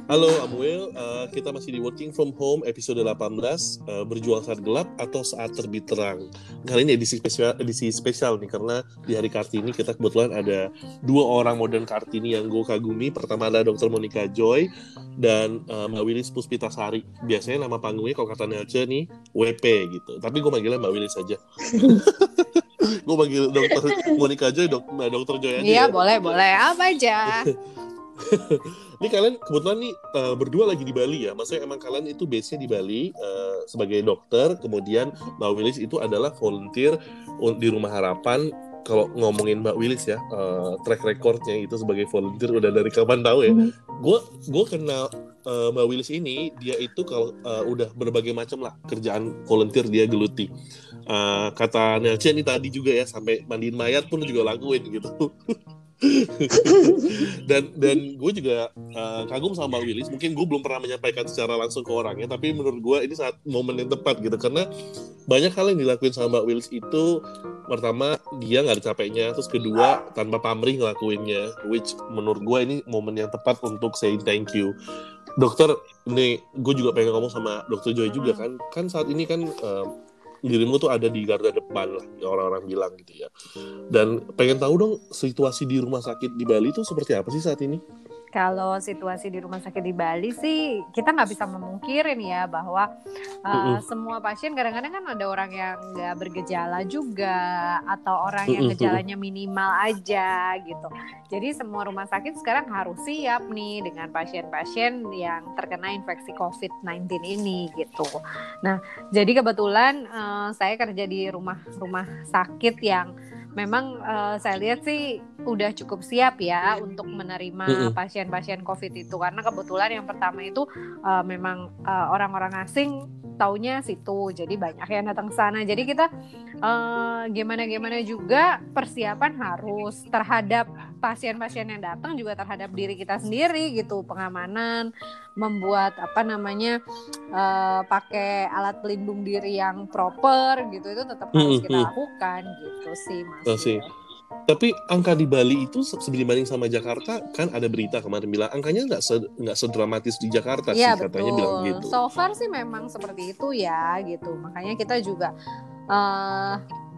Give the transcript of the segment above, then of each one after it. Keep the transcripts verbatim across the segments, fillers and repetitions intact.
Halo Amuel, uh, kita masih di Working From Home episode delapan belas, uh, berjuang saat gelap atau saat terbit terang. Kali ini edisi spesial, edisi spesial nih, karena di hari Kartini kita kebetulan ada dua orang modern Kartini yang gue kagumi. Pertama adalah dokter Monica Joy dan uh, Mbak Wilis Puspitasari. Biasanya nama panggungnya kalau kata Nelce nih W P gitu, tapi gue manggilnya Mbak Wilis aja. Gue manggil dokter Monica Joy, dok, Mbak Dokter Joy aja Iya, ya. boleh, boleh. Apa aja. Ini kalian kebetulan nih uh, berdua lagi di Bali ya. Maksudnya emang kalian itu base-nya di Bali uh, sebagai dokter. Kemudian Mbak Wilis itu adalah volunteer di Rumah Harapan. Kalau ngomongin Mbak Wilis ya, uh, track recordnya itu sebagai volunteer udah dari kapan tahu ya. Gue mm-hmm. gue kenal uh, Mbak Wilis ini, dia itu kalau uh, udah berbagai macam lah kerjaan volunteer dia geluti. Uh, kata Nelce ini tadi juga ya, sampai mandiin mayat pun juga lakuin gitu. dan dan gue juga uh, kagum sama Mbak Wilis. Mungkin gue belum pernah menyampaikan secara langsung ke orangnya, tapi menurut gue ini saat momen yang tepat gitu, karena banyak hal yang dilakuin sama Mbak Wilis itu, pertama dia nggak ada capeknya, terus kedua tanpa pamrih ngelakuinnya, which menurut gue ini momen yang tepat untuk saying thank you. Dokter, ini gue juga pengen ngomong sama Dokter Joy juga kan, kan saat ini kan uh, dirimu tuh ada di garda depan lah, orang-orang bilang gitu ya. Dan pengen tahu dong situasi di rumah sakit di Bali itu seperti apa sih saat ini? Kalau situasi di rumah sakit di Bali sih, kita nggak bisa memungkirin ya bahwa uh, semua pasien kadang-kadang kan ada orang yang nggak bergejala juga, atau orang yang gejalanya minimal aja gitu. Jadi semua rumah sakit sekarang harus siap nih dengan pasien-pasien yang terkena infeksi covid sembilan belas ini gitu. Nah, jadi kebetulan uh, saya kerja di rumah rumah sakit yang memang uh, saya lihat sih udah cukup siap ya untuk menerima mm-hmm. pasien-pasien COVID itu, karena kebetulan yang pertama itu uh, memang uh, orang-orang asing taunya situ, jadi banyak yang datang ke sana. Jadi kita uh, gimana-gimana juga persiapan harus terhadap pasien-pasien yang datang, juga terhadap diri kita sendiri gitu, pengamanan, membuat apa namanya uh, pakai alat pelindung diri yang proper gitu, itu tetap harus mm-hmm. kita lakukan gitu sih Mas. Oh, sih. Tapi angka di Bali itu sebanding sama Jakarta, kan ada berita kemarin bilang angkanya nggak se, nggak sedramatis di Jakarta ya, sih, katanya betul. bilang gitu. So far sih memang seperti itu ya gitu, makanya kita juga uh,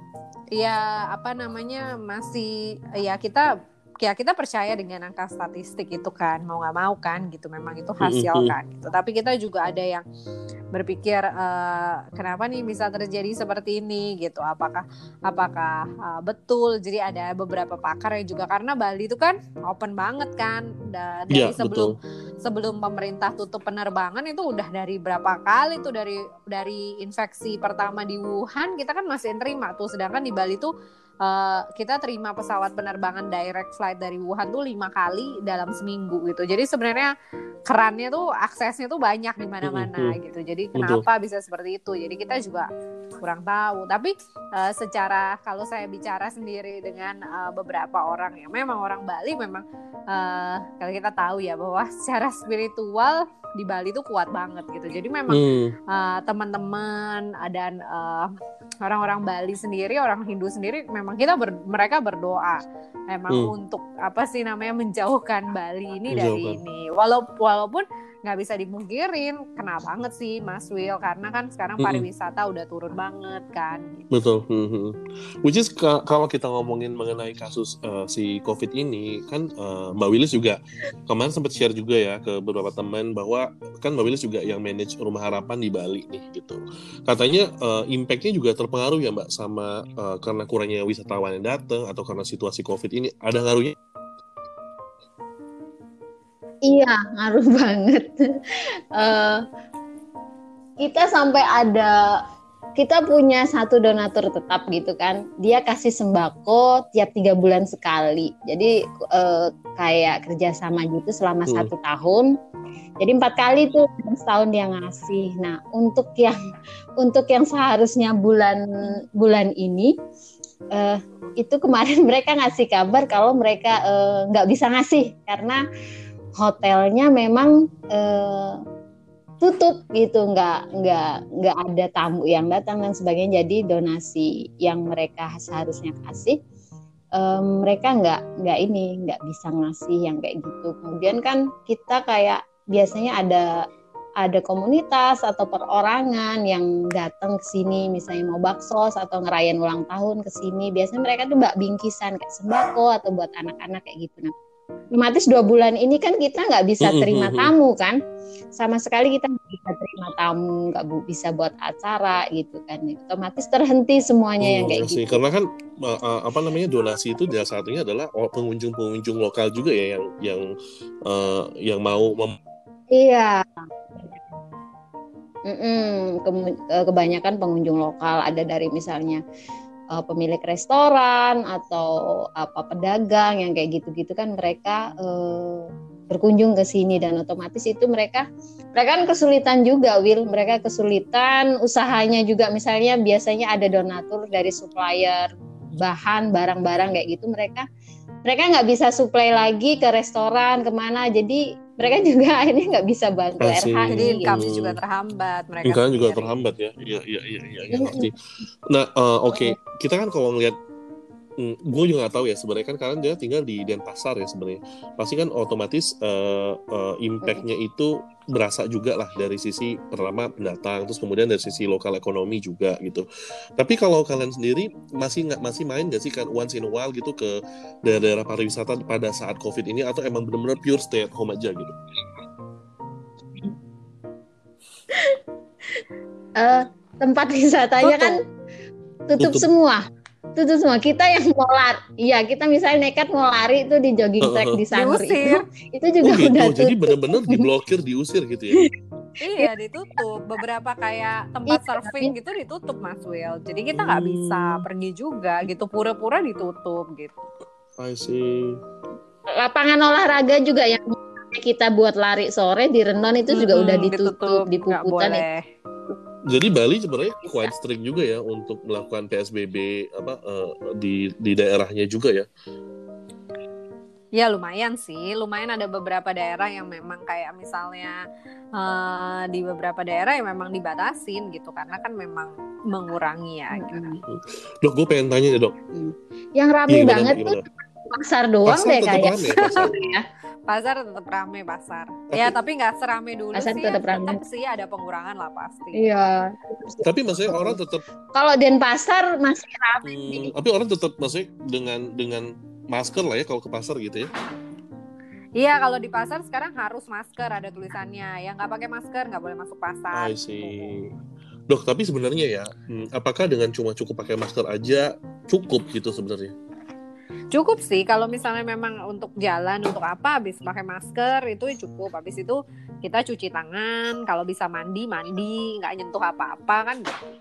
ya apa namanya masih ya kita ya kita percaya dengan angka statistik itu kan, mau nggak mau kan gitu, memang itu hasil mm-hmm. kan gitu. Tapi kita juga ada yang berpikir uh, kenapa nih bisa terjadi seperti ini gitu, apakah apakah uh, betul. Jadi ada beberapa pakar yang juga, karena Bali itu kan open banget kan, da- dari ya, sebelum betul. sebelum pemerintah tutup penerbangan itu udah dari berapa kali tuh, dari dari infeksi pertama di Wuhan kita kan masih terima tuh, sedangkan di Bali tuh Uh, kita terima pesawat penerbangan direct flight dari Wuhan tuh lima kali dalam seminggu gitu. Jadi sebenarnya kerannya tuh aksesnya tuh banyak di mana-mana mm-hmm. gitu. Jadi kenapa Betul. bisa seperti itu? Jadi kita juga kurang tahu. Tapi uh, secara kalau saya bicara sendiri dengan uh, beberapa orang yang memang orang Bali, memang uh, kalau kita tahu ya bahwa secara spiritual di Bali tuh kuat banget gitu. Jadi memang mm. uh, teman-teman dan uh, orang-orang Bali sendiri, orang Hindu sendiri, memang kita ber, mereka berdoa memang hmm. untuk apa sih namanya menjauhkan Bali ini menjauhkan. dari ini. Walaupun walaupun nggak bisa dimungkirin, kena banget sih Mas Will, karena kan sekarang pariwisata hmm. udah turun banget kan. Gitu. Betul. Hmm. Which is ka- kalau kita ngomongin mengenai kasus uh, si COVID ini, kan uh, Mbak Wilis juga kemarin sempat share juga ya ke beberapa teman bahwa kan Mbak Wilis juga yang manage Rumah Harapan di Bali nih gitu. Katanya uh, impact-nya juga terpengaruh ya Mbak sama uh, karena kurangnya wisatawan yang datang atau karena situasi COVID ini, ada ngaruhnya? Iya, ngaruh banget. uh, kita sampai ada, kita punya satu donatur tetap gitu kan. Dia kasih sembako tiap tiga bulan sekali. Jadi uh, kayak kerjasama gitu selama hmm. satu tahun. Jadi empat kali tuh setahun dia ngasih. Nah, untuk yang untuk yang seharusnya bulan bulan ini, uh, itu kemarin mereka ngasih kabar kalau mereka nggak uh, bisa ngasih karena hotelnya memang uh, tutup gitu, nggak nggak nggak ada tamu yang datang dan sebagainya. Jadi donasi yang mereka seharusnya kasih, um, mereka nggak nggak ini nggak bisa ngasih yang kayak gitu. Kemudian kan kita kayak biasanya ada ada komunitas atau perorangan yang datang ke sini, misalnya mau baksos atau ngerayain ulang tahun ke sini. Biasanya mereka tuh bak bingkisan kayak sembako atau buat anak-anak kayak gitu. Nah, otomatis dua bulan ini kan kita nggak bisa terima tamu kan, sama sekali kita nggak bisa terima tamu, nggak bisa buat acara gitu kan. Otomatis terhenti semuanya Hmm, yang kayak sih. gitu. Karena kan uh, uh, apa namanya donasi itu salah satunya adalah pengunjung-pengunjung lokal juga ya yang yang uh, yang mau mem- Iya. Mm-mm. Ke- kebanyakan pengunjung lokal, ada dari misalnya uh, pemilik restoran atau apa pedagang yang kayak gitu-gitu kan, mereka uh, berkunjung ke sini dan otomatis itu mereka mereka kan kesulitan juga, Will. Mereka kesulitan usahanya juga, misalnya biasanya ada donatur dari supplier bahan barang-barang kayak gitu, mereka mereka nggak bisa supply lagi ke restoran kemana, jadi mereka juga akhirnya nggak bisa bantu Asik. R H I Jadi income-nya gitu. juga terhambat mereka Income juga sendiri. terhambat ya. Iya iya iya iya ya, ngerti. Nah, uh, oke, okay. Kita kan kalau ngelihat Hmm, gue juga nggak tahu ya sebenarnya kan kalian dia tinggal di Denpasar ya sebenarnya pasti kan otomatis uh, uh, impact-nya itu berasa juga lah dari sisi pertama pendatang terus kemudian dari sisi lokal ekonomi juga gitu. Tapi kalau kalian sendiri masih nggak masih main nggak sih kan once in a while gitu ke daerah-daerah pariwisata pada saat COVID ini atau emang benar-benar pure stay at home aja gitu? Uh, tempat wisatanya Tutup. kan tutup, tutup semua. Tutup semua. Kita yang mau lari, iya kita misalnya nekat mau lari itu di jogging track di Sanur itu, itu juga oh gitu. udah Jadi tutup. benar-benar diblokir, diusir gitu ya? Iya ditutup. Beberapa kayak tempat surfing gitu ditutup Mas Will. Jadi kita nggak hmm. bisa pergi juga gitu. Pura-pura ditutup gitu. I see. Lapangan olahraga juga yang kita buat lari sore di Renon itu juga hmm, udah ditutup, ditutup di Puputan itu. Jadi Bali sebenarnya quite strict juga ya untuk melakukan P S B B apa uh, di di daerahnya juga ya. Ya lumayan sih, lumayan ada beberapa daerah yang memang kayak misalnya uh, di beberapa daerah yang memang dibatasin gitu karena kan memang mengurangi ya. Gitu. Dok, gue pengen tanya ya dok. Yang rame ya, banget gimana? Tuh pasar doang pasar deh kayak. Rame, pasar. Pasar tetap rame pasar. Tapi, ya tapi nggak serame dulu pasar sih. Tetap, ya, tetap sih ada pengurangan lah pasti. Iya. Tapi maksudnya orang tetap. Kalau Denpasar masih rame. Hmm, tapi orang tetap maksudnya dengan dengan masker lah ya kalau ke pasar gitu ya. Iya kalau di pasar sekarang harus masker, ada tulisannya. Yang nggak pakai masker nggak boleh masuk pasar. I see. Dok, tapi sebenarnya ya, hmm, apakah dengan cuma cukup pakai masker aja cukup gitu sebenarnya? Cukup sih kalau misalnya memang untuk jalan untuk apa habis pakai masker itu cukup. Habis itu kita cuci tangan, kalau bisa mandi mandi, nggak nyentuh apa-apa kan.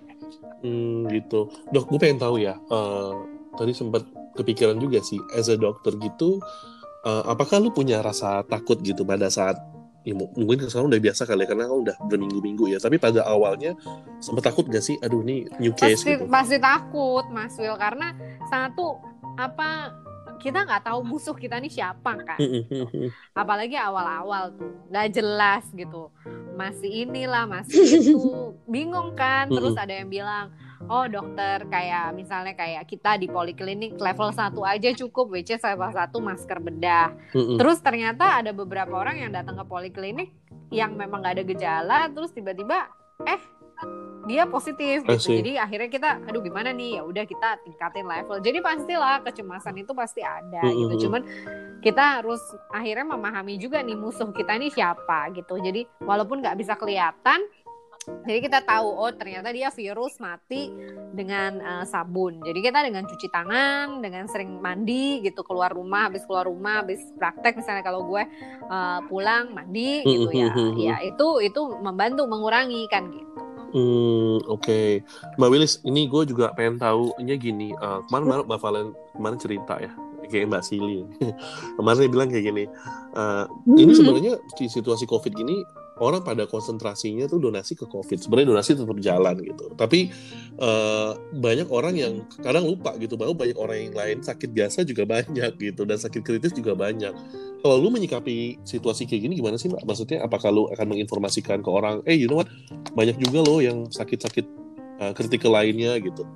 Hmm, gitu. Dok, gue pengen tahu ya. Uh, tadi sempat kepikiran juga sih, as a dokter gitu, uh, apakah lu punya rasa takut gitu pada saat ya, mungkin sekarang udah biasa kali ya karena kan udah berminggu-minggu ya. Tapi pada awalnya sempat takut gak sih? Aduh ini new case pasti, gitu. Pasti takut Mas Will karena satu apa kita nggak tahu musuh kita nih siapa kan. Apalagi awal-awal tuh nggak jelas gitu. Masih inilah masih itu bingung kan. Terus ada yang bilang oh dokter kayak misalnya kayak kita di poliklinik level satu aja cukup, which is level satu masker bedah. Terus ternyata ada beberapa orang yang datang ke poliklinik yang memang nggak ada gejala, terus tiba-tiba eh dia positif gitu. Jadi akhirnya kita aduh gimana nih, ya udah kita tingkatin level. Jadi pastilah kecemasan itu pasti ada mm-hmm. gitu. Cuman kita harus akhirnya memahami juga nih musuh kita ini siapa gitu. Jadi walaupun nggak bisa kelihatan, jadi kita tahu oh ternyata dia virus mati dengan uh, sabun. Jadi kita dengan cuci tangan, dengan sering mandi gitu, keluar rumah, habis keluar rumah, habis praktek misalnya kalau gue uh, pulang mandi gitu ya, ya itu itu membantu mengurangi kan gitu. Hmm, oke, okay. Mbak Wilis, ini gue juga pengen tahunya gini. Uh, kemarin Mbak Valen kemarin cerita ya, kayak Mbak Sili. Kemarin dia bilang kayak gini. Uh, ini sebenarnya di situasi COVID gini orang pada konsentrasinya tuh donasi ke COVID. Sebenarnya donasi tetap jalan gitu. Tapi uh, banyak orang yang kadang lupa gitu bahwa banyak orang yang lain sakit biasa juga banyak gitu dan sakit kritis juga banyak. Kalau lu menyikapi situasi kayak gini gimana sih Mbak? Maksudnya apakah lu akan menginformasikan ke orang, eh you know what, banyak juga loh yang sakit-sakit uh, kritikal lainnya gitu?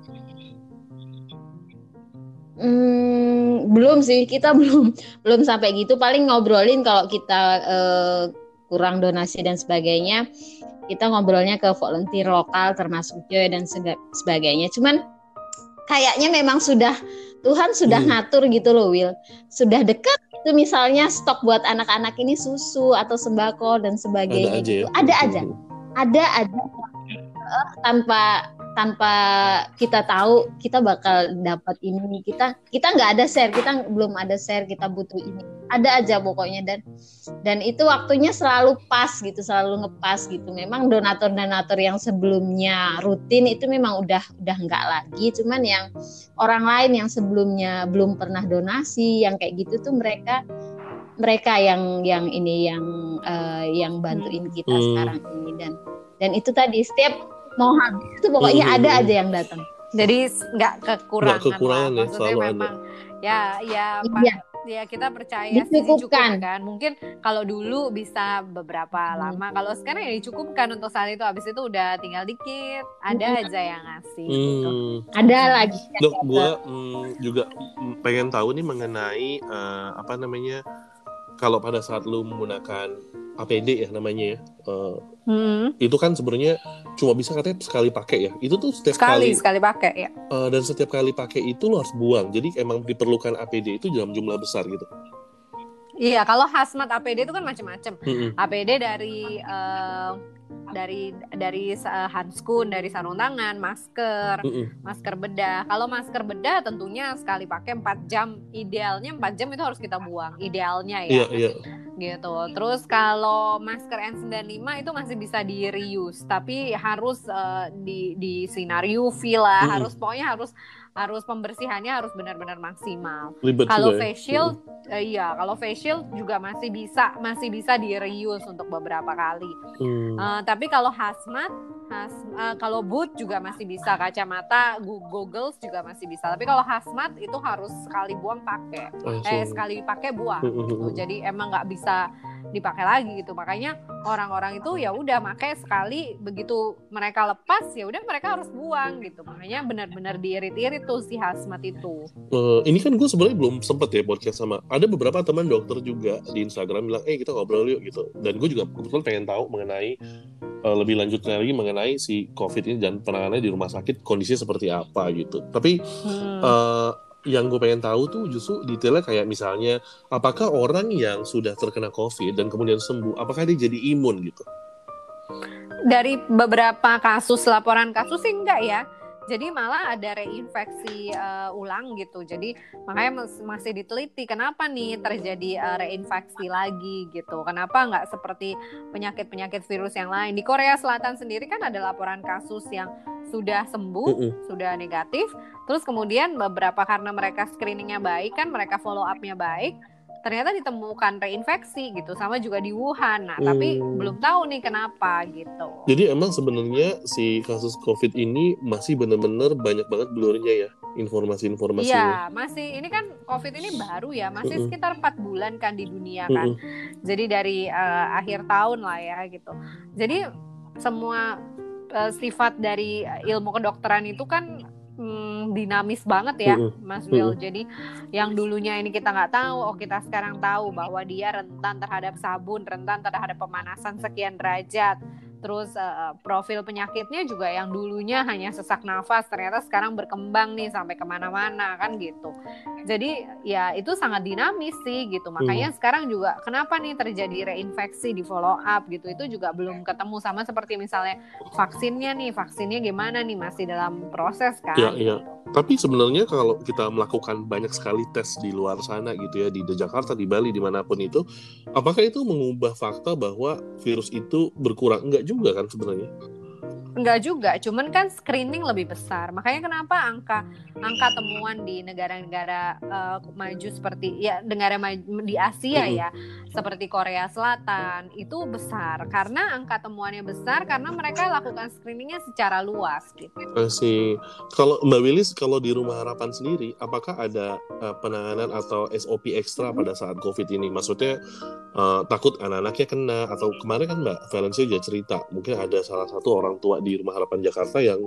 Hmm, belum sih, kita belum belum sampai gitu. Paling ngobrolin kalau kita uh, kurang donasi dan sebagainya, kita ngobrolnya ke volunteer lokal termasuk Joy dan sebagainya. Cuman kayaknya memang sudah Tuhan sudah hmm. ngatur gitu loh, Will. Sudah dekat itu misalnya stok buat anak-anak ini susu atau sembako dan sebagainya. Ada aja, gitu. ya? Ada aja. Ada aja tanpa tanpa kita tahu kita bakal dapat ini, kita kita nggak ada share, kita belum ada share, kita butuh ini, ada aja pokoknya. Dan dan itu waktunya selalu pas gitu, selalu ngepas gitu. Memang donatur-donatur yang sebelumnya rutin itu memang udah udah nggak lagi, cuman yang orang lain yang sebelumnya belum pernah donasi yang kayak gitu tuh mereka mereka yang yang ini yang uh, yang bantuin kita hmm. sekarang ini. Dan dan itu tadi setiap mau habis itu pokoknya hmm. ada aja yang datang. Jadi nggak kekurangan, nggak kekurangan lah. Ya, maksudnya memang ada. ya ya iya. ya kita percaya sih cukup kan. Mungkin kalau dulu bisa beberapa hmm. lama, kalau sekarang ya dicukupkan untuk saat itu. Habis itu udah tinggal dikit, ada hmm. aja yang ngasih. Hmm. Gitu. Ada lagi. Dok, gue hmm, juga pengen tahu nih mengenai uh, apa namanya, kalau pada saat lu menggunakan A P D ya namanya ya, uh, hmm. itu kan sebenarnya cuma bisa katanya sekali pakai ya. Itu tuh setiap sekali, kali sekali pakai ya. Uh, dan setiap kali pakai itu lo harus buang. Jadi emang diperlukan A P D itu dalam jumlah besar gitu. Iya, kalau hazmat A P D itu kan macam-macam. Mm-hmm. A P D dari uh, dari dari uh, handskun, dari sarung tangan, masker, mm-hmm. masker bedah. Kalau masker bedah tentunya sekali pakai empat jam, idealnya empat jam itu harus kita buang, idealnya ya. Yeah, yeah. Gitu. Terus kalau masker N sembilan puluh lima itu masih bisa di reuse, tapi harus uh, di di sinar U V lah, mm-hmm. harus pokoknya harus harus pembersihannya harus benar-benar maksimal. Kalau face shield, ya? uh, iya, kalau face shield juga masih bisa masih bisa di reuse untuk beberapa kali. Hmm. Uh, tapi kalau hazmat, has, uh, kalau boot juga masih bisa, kacamata, goggles juga masih bisa. Tapi kalau hazmat itu harus sekali buang pakai, oh, eh sekali pakai buang. Gitu. Jadi emang nggak bisa dipakai lagi gitu. Makanya orang-orang itu ya udah pakai sekali, begitu mereka lepas ya udah mereka harus buang gitu. Makanya benar-benar diirit-irit tuh si hazmat itu. Uh, ini kan gue sebenarnya belum sempet ya podcast sama. Ada beberapa teman dokter juga di Instagram bilang, eh kita ngobrol yuk gitu. Dan gue juga kebetulan pengen tahu mengenai uh, lebih lanjutnya lagi mengenai si COVID ini dan penanganannya di rumah sakit kondisinya seperti apa gitu. Tapi hmm. uh, yang gue pengen tahu tuh justru detailnya kayak misalnya apakah orang yang sudah terkena COVID dan kemudian sembuh, apakah dia jadi imun gitu? Dari beberapa kasus, laporan kasus sih enggak ya. Jadi malah ada reinfeksi uh, ulang gitu. Jadi makanya mas- masih diteliti kenapa nih terjadi uh, reinfeksi lagi gitu. Kenapa nggak seperti penyakit-penyakit virus yang lain. Di Korea Selatan sendiri kan ada laporan kasus yang sudah sembuh, uh-uh. sudah negatif. Terus kemudian beberapa karena mereka screeningnya baik kan, mereka follow up-nya baik, ternyata ditemukan reinfeksi gitu. Sama juga di Wuhan. Nah, hmm. tapi belum tahu nih kenapa gitu. Jadi emang sebenarnya si kasus COVID ini masih benar-benar banyak banget blurnya ya informasi-informasinya. Iya, masih ini kan COVID ini baru ya, masih uh-uh. sekitar empat bulan kan di dunia kan. Uh-uh. Jadi dari uh, akhir tahun lah ya gitu. Jadi semua uh, sifat dari ilmu kedokteran itu kan Hmm, dinamis banget ya, uh-uh. Mas Will. Uh-uh. Jadi yang dulunya ini kita nggak tahu, oh kita sekarang tahu bahwa dia rentan terhadap sabun, rentan terhadap pemanasan sekian derajat. Terus uh, profil penyakitnya juga yang dulunya hanya sesak nafas, ternyata sekarang berkembang nih sampai kemana-mana kan gitu. Jadi ya itu sangat dinamis sih gitu. Makanya hmm. sekarang juga kenapa nih terjadi reinfeksi di follow up gitu, itu juga belum ketemu. Sama seperti misalnya vaksinnya nih, vaksinnya gimana nih, masih dalam proses kan. Iya, iya. Tapi sebenarnya kalau kita melakukan banyak sekali tes di luar sana gitu ya, di Jakarta, di Bali, dimanapun itu, apakah itu mengubah fakta bahwa virus itu berkurang? Enggak juga kan sebenarnya? Enggak juga, cuman kan screening lebih besar. Makanya kenapa angka angka temuan di negara-negara uh, maju seperti ya negara maju di Asia mm-hmm. ya, seperti Korea Selatan itu besar karena angka temuannya besar karena mereka lakukan screeningnya secara luas gitu. Masih kalau Mbak Willis, kalau di Rumah Harapan sendiri, apakah ada uh, penanganan atau S O P ekstra pada saat COVID ini? Maksudnya uh, takut anak-anaknya kena, atau kemarin kan Mbak Valencia juga cerita mungkin ada salah satu orang tua di Rumah Harapan Jakarta yang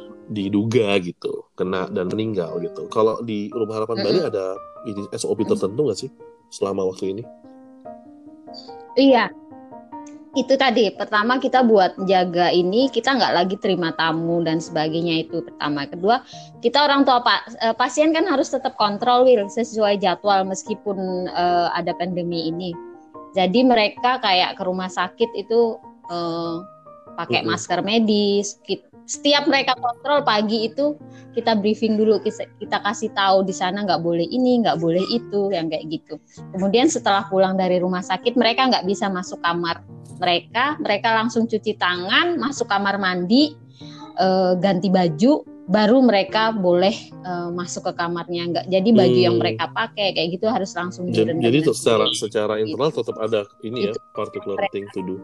diduga gitu kena dan meninggal gitu. Kalau di Rumah Harapan mm-hmm. Bali ada ini S O P tertentu nggak sih selama waktu ini? Iya, itu tadi pertama kita buat jaga ini, kita nggak lagi terima tamu dan sebagainya, itu pertama. Kedua, kita orang tua pak pasien kan harus tetap kontrol Will sesuai jadwal meskipun uh, ada pandemi ini. Jadi mereka kayak ke rumah sakit itu uh, pakai mm-hmm. masker medis. Setiap mereka kontrol pagi itu kita briefing dulu, kita, kita kasih tahu di sana nggak boleh ini, nggak boleh itu, yang kayak gitu. Kemudian setelah pulang dari rumah sakit mereka nggak bisa masuk kamar mereka, mereka langsung cuci tangan, masuk kamar mandi, uh, ganti baju, baru mereka boleh uh, masuk ke kamarnya. Nggak, jadi baju hmm. yang mereka pakai kayak gitu harus langsung direndam. Jadi, jadi secara secara internal gitu. Tetap ada ini itu, ya particular mereka. Thing to do.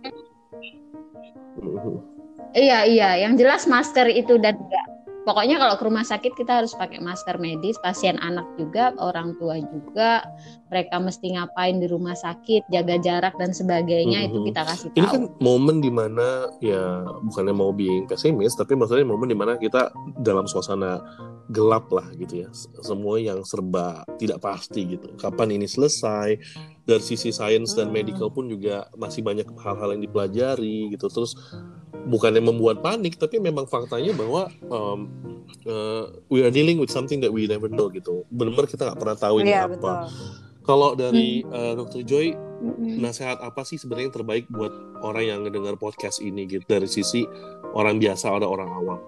Iya iya, yang jelas masker itu, dan enggak. Pokoknya kalau ke rumah sakit kita harus pakai masker medis, pasien anak juga, orang tua juga, mereka mesti ngapain di rumah sakit, jaga jarak dan sebagainya, mm-hmm. itu kita kasih tahu. Ini kan momen dimana ya bukannya mau being pesimis, tapi maksudnya momen dimana kita dalam suasana gelap lah gitu ya, semua yang serba tidak pasti gitu. Kapan ini selesai? Dari sisi sains dan medical pun juga masih banyak hal-hal yang dipelajari gitu. Terus bukannya membuat panik, tapi memang faktanya bahwa um, uh, we are dealing with something that we never know gitu. Benar-benar kita nggak pernah tahu ini yeah, apa. Betul. Kalau dari uh, dokter Joy, mm-hmm. nasihat apa sih sebenarnya yang terbaik buat orang yang ngedengar podcast ini gitu, dari sisi orang biasa atau orang awam?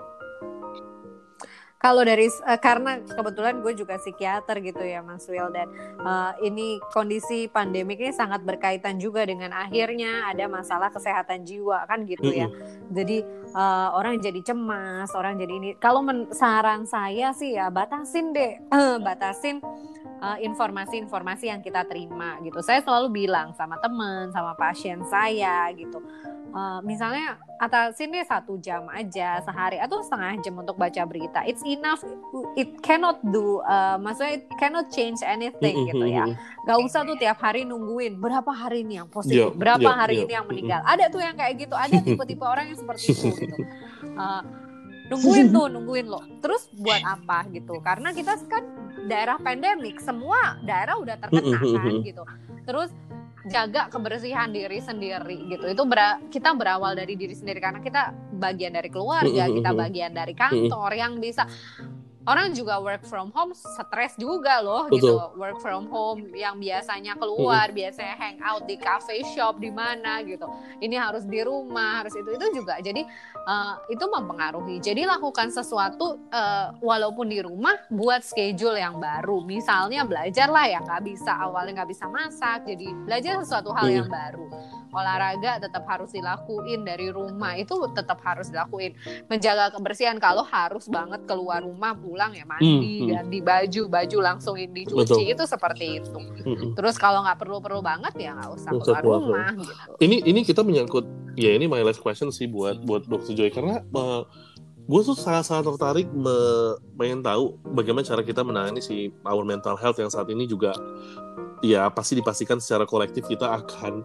Kalau dari uh, karena kebetulan gue juga psikiater gitu ya Mas Will, dan uh, ini kondisi pandemik ini sangat berkaitan juga dengan akhirnya ada masalah kesehatan jiwa kan gitu ya. Mm-hmm. Jadi uh, orang jadi cemas, orang jadi ini. Kalau men- saran saya sih ya batasin deh, batasin uh, informasi-informasi yang kita terima gitu. Saya selalu bilang sama teman, sama pasien saya gitu. Uh, misalnya atasin deh satu jam aja sehari atau setengah jam untuk baca berita. It's enough. It cannot do. Uh, maksudnya it cannot change anything mm-hmm. gitu ya. Gak usah tuh tiap hari nungguin berapa hari ini yang positif, yeah, berapa yeah, hari yeah. ini yang meninggal. Mm-hmm. Ada tuh yang kayak gitu. Ada tipe-tipe orang yang seperti itu gitu. Uh, nungguin tuh, nungguin loh. Terus buat apa gitu? Karena kita kan daerah pandemik, semua daerah udah terkena kan gitu. Terus jaga kebersihan diri sendiri gitu. Itu ber- kita berawal dari diri sendiri karena kita bagian dari keluarga, kita bagian dari kantor yang bisa. Orang juga work from home stres juga loh. Betul. Gitu. Work from home yang biasanya keluar, biasanya hang out di cafe shop di mana gitu. Ini harus di rumah, harus itu itu juga. Jadi uh, itu mempengaruhi. Jadi lakukan sesuatu uh, walaupun di rumah, buat schedule yang baru. Misalnya belajar lah yang nggak bisa awalnya nggak bisa masak, jadi belajar sesuatu hal yang baru. Olahraga tetap harus dilakuin dari rumah, itu tetap harus dilakuin. Menjaga kebersihan, kalau harus banget keluar rumah pulang ya mandi, hmm, ganti baju, baju langsung dicuci. Betul. Itu seperti itu. Hmm. Terus kalau nggak perlu-perlu banget ya nggak usah keluar Usah rumah. Gitu. Ini ini kita menyangkut ya ini my last question sih buat buat dokter Joy, karena uh, gue tuh sangat-sangat tertarik me- pengen tahu bagaimana cara kita menangani si our mental health yang saat ini juga ya pasti dipastikan secara kolektif kita akan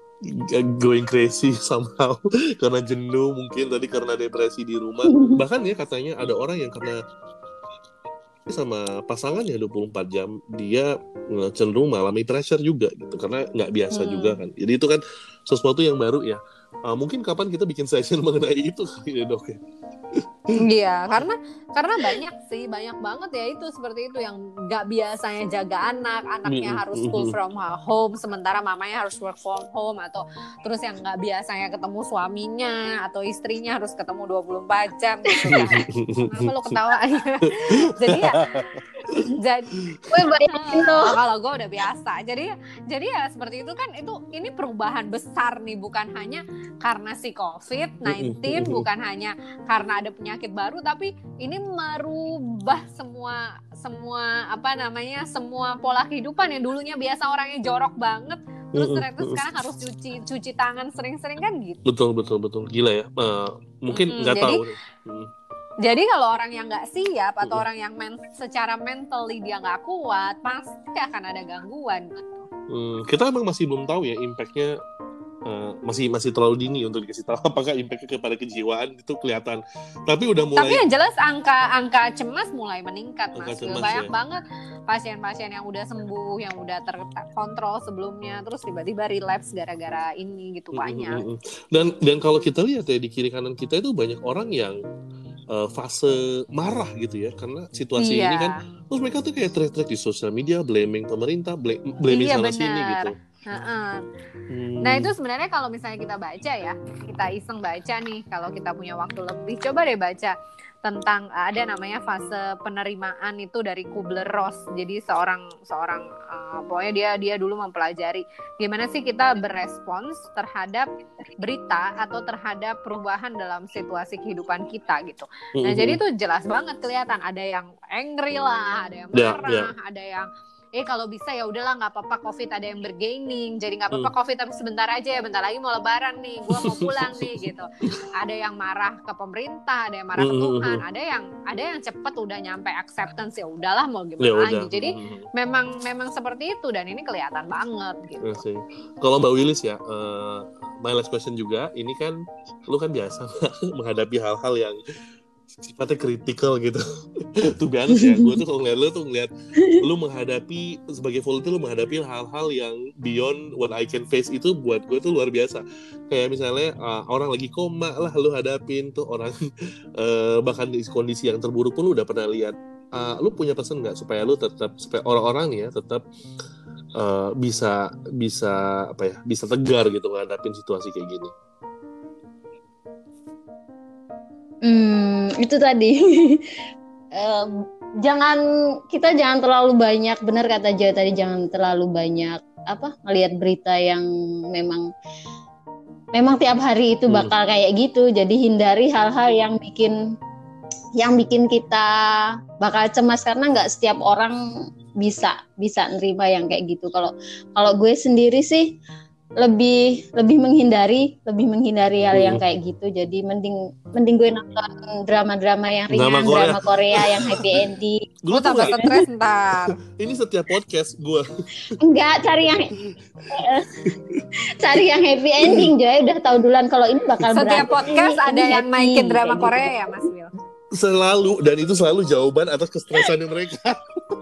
going crazy somehow karena jenuh, mungkin tadi karena depresi di rumah. Bahkan ya katanya ada orang yang kena sama pasangannya dua puluh empat jam dia cenderung mengalami pressure juga gitu karena nggak biasa hmm. juga kan. Jadi itu kan sesuatu yang baru ya. Uh, mungkin kapan kita bikin session mengenai itu ya dok ya. Iya, karena karena banyak sih, banyak banget ya itu seperti itu yang nggak biasanya jaga anak, anaknya harus school from home, sementara mamanya harus work from home, atau terus yang nggak biasanya ketemu suaminya atau istrinya harus ketemu dua puluh empat jam gitu kan. Kenapa lo ketawa aja? Jadi ya, jadi gue bayangin tuh kalau gue udah biasa. Jadi jadi ya seperti itu kan, itu ini perubahan besar nih, bukan hanya karena si covid sembilan belas, bukan hanya karena ada penyakit baru, tapi ini merubah semua semua apa namanya semua pola kehidupan yang dulunya biasa orangnya jorok banget, terus ternyata sekarang harus cuci cuci tangan sering-sering kan gitu. Betul betul betul gila ya. Uh, mungkin nggak tahu. Hmm. Jadi kalau orang yang nggak siap atau hmm. orang yang men- secara mentally dia nggak kuat, pasti akan ada gangguan gitu. Hmm, kita emang masih belum tahu ya impactnya uh, masih masih terlalu dini untuk dikasih tahu apakah impact-nya kepada kejiwaan itu kelihatan. Tapi udah mulai. Tapi yang jelas angka angka cemas mulai meningkat, Mas. Cemas, banyak ya. banget pasien-pasien yang udah sembuh, yang udah terkontrol sebelumnya, terus tiba-tiba relapse gara-gara ini gitu banyak. Mm-hmm. Dan dan kalau kita lihat ya di kiri kanan kita itu banyak orang yang uh, fase marah gitu ya karena situasi iya. ini kan. Terus mereka tuh kayak teriak-teriak di sosial media, blaming pemerintah, blaming, blaming iya, sana bener. sini gitu. Uh-uh. Hmm. Nah itu sebenarnya kalau misalnya kita baca ya, kita iseng baca nih, kalau kita punya waktu lebih, coba deh baca tentang ada namanya fase penerimaan itu dari Kubler-Ross. Jadi seorang seorang uh, pokoknya dia dia dulu mempelajari gimana sih kita berespons terhadap berita atau terhadap perubahan dalam situasi kehidupan kita gitu. Nah mm-hmm. jadi itu jelas banget kelihatan ada yang angry lah, ada yang marah, yeah, yeah. ada yang eh kalau bisa ya udahlah nggak apa-apa COVID, ada yang bergaining jadi nggak apa-apa hmm. COVID tapi sebentar aja ya, bentar lagi mau lebaran nih, gue mau pulang nih gitu. Ada yang marah ke pemerintah, ada yang marah ke Tuhan, ada yang ada yang cepet udah nyampe acceptance, ya udahlah mau gimana ya lagi. Jadi hmm. memang memang seperti itu dan ini kelihatan banget gitu. Ya, kalau Mbak Willis ya, uh, my last question juga, ini kan lu kan biasa menghadapi hal-hal yang sifatnya kritikal gitu. Tuh biasa ya, gue tuh kalau ngeliat lu tuh ngeliat lu menghadapi sebagai volunteer, lu menghadapi hal-hal yang beyond what I can face, itu buat gue tuh luar biasa. Kayak misalnya uh, orang lagi koma lah lu hadapin tuh, orang uh, bahkan di kondisi yang terburuk pun lu udah pernah lihat. Uh, lu punya pesan nggak supaya lu tetap, supaya orang-orang nih ya tetap uh, bisa bisa apa ya bisa tegar gitu menghadapin situasi kayak gini? Hmm, itu tadi uh, jangan kita jangan terlalu banyak, benar kata Joy tadi, jangan terlalu banyak apa ngelihat berita yang memang memang tiap hari itu bakal kayak gitu. Jadi hindari hal-hal yang bikin yang bikin kita bakal cemas, karena nggak setiap orang bisa bisa nerima yang kayak gitu. Kalau kalau gue sendiri sih lebih lebih menghindari lebih menghindari hal yang kayak gitu. Jadi mending mending gue nonton drama-drama yang ringan, drama Korea, drama Korea yang happy ending. Gue tambah stres ntar. Ini setiap podcast gue. Enggak, cari yang cari yang happy ending. Joy udah tahu duluan kalau ini bakal berat. Setiap podcast ini, ada ini yang naikin drama Korea gitu ya Mas Will. Selalu, dan itu selalu jawaban atas kestresan mereka.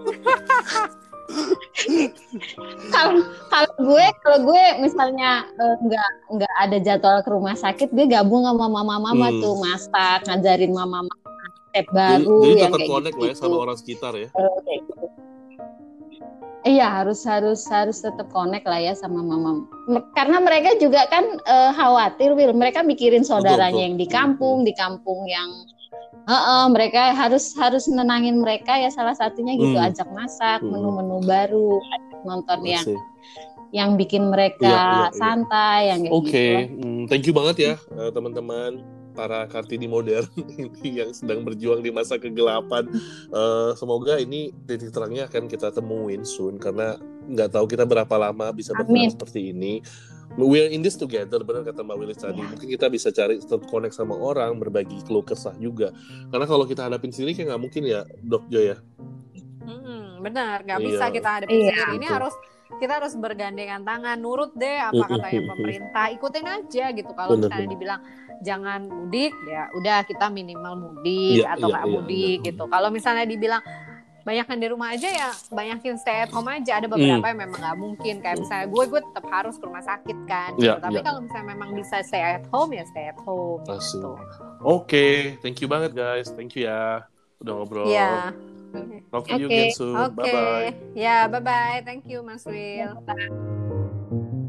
Kalau kalau gue kalau gue misalnya uh, nggak nggak ada jadwal ke rumah sakit, gue gabung sama mama-mama hmm. tuh masak, ngajarin mama-mama step baru. Jadi, jadi yang tetap kayak connect gitu. lah ya sama orang sekitar ya. Uh, kayak gitu. Iya, harus harus harus tetap connect lah ya sama mama. Karena mereka juga kan uh, khawatir, Will. Mereka mikirin saudaranya betul, betul. yang di kampung, di kampung yang Uh, uh, mereka harus harus nenangin mereka ya, salah satunya gitu, hmm. ajak masak hmm. menu-menu baru, ajak nonton Masih. yang yang bikin mereka iya, iya, santai iya. yang kayak okay. gitu. Oke, hmm, thank you banget ya uh, teman-teman para Kartini modern yang sedang berjuang di masa kegelapan. Uh, semoga ini titik terangnya akan kita temuin soon, karena nggak tahu kita berapa lama bisa bertahan seperti ini. We are in this together, benar kata Mbak Willis tadi. Mungkin kita bisa cari tetap connect sama orang, berbagi keluh kesah juga. Karena kalau kita hadapin sendiri kayak nggak mungkin ya, Dok Jo ya. Hmm, benar, nggak iya. bisa kita hadapin iya. sendiri. Ini harus kita harus bergandengan tangan, nurut deh apa katanya pemerintah, ikutin aja gitu. Kalau misalnya dibilang jangan mudik, ya udah kita minimal mudik iya, atau nggak iya, mudik iya. gitu. Kalau misalnya dibilang banyakan di rumah aja, ya banyakin stay at home aja. Ada beberapa hmm. yang memang nggak mungkin, kayak misalnya gue gue tetap harus ke rumah sakit kan gitu. Yeah, tapi yeah. kalau misalnya memang bisa stay at home ya stay at home gitu. Oke, okay. Thank you banget guys, thank you ya udah ngobrol. Iya. Yeah. Talk to okay. you again soon. Okay. Bye bye. Ya, yeah, bye bye. Thank you Mas Will.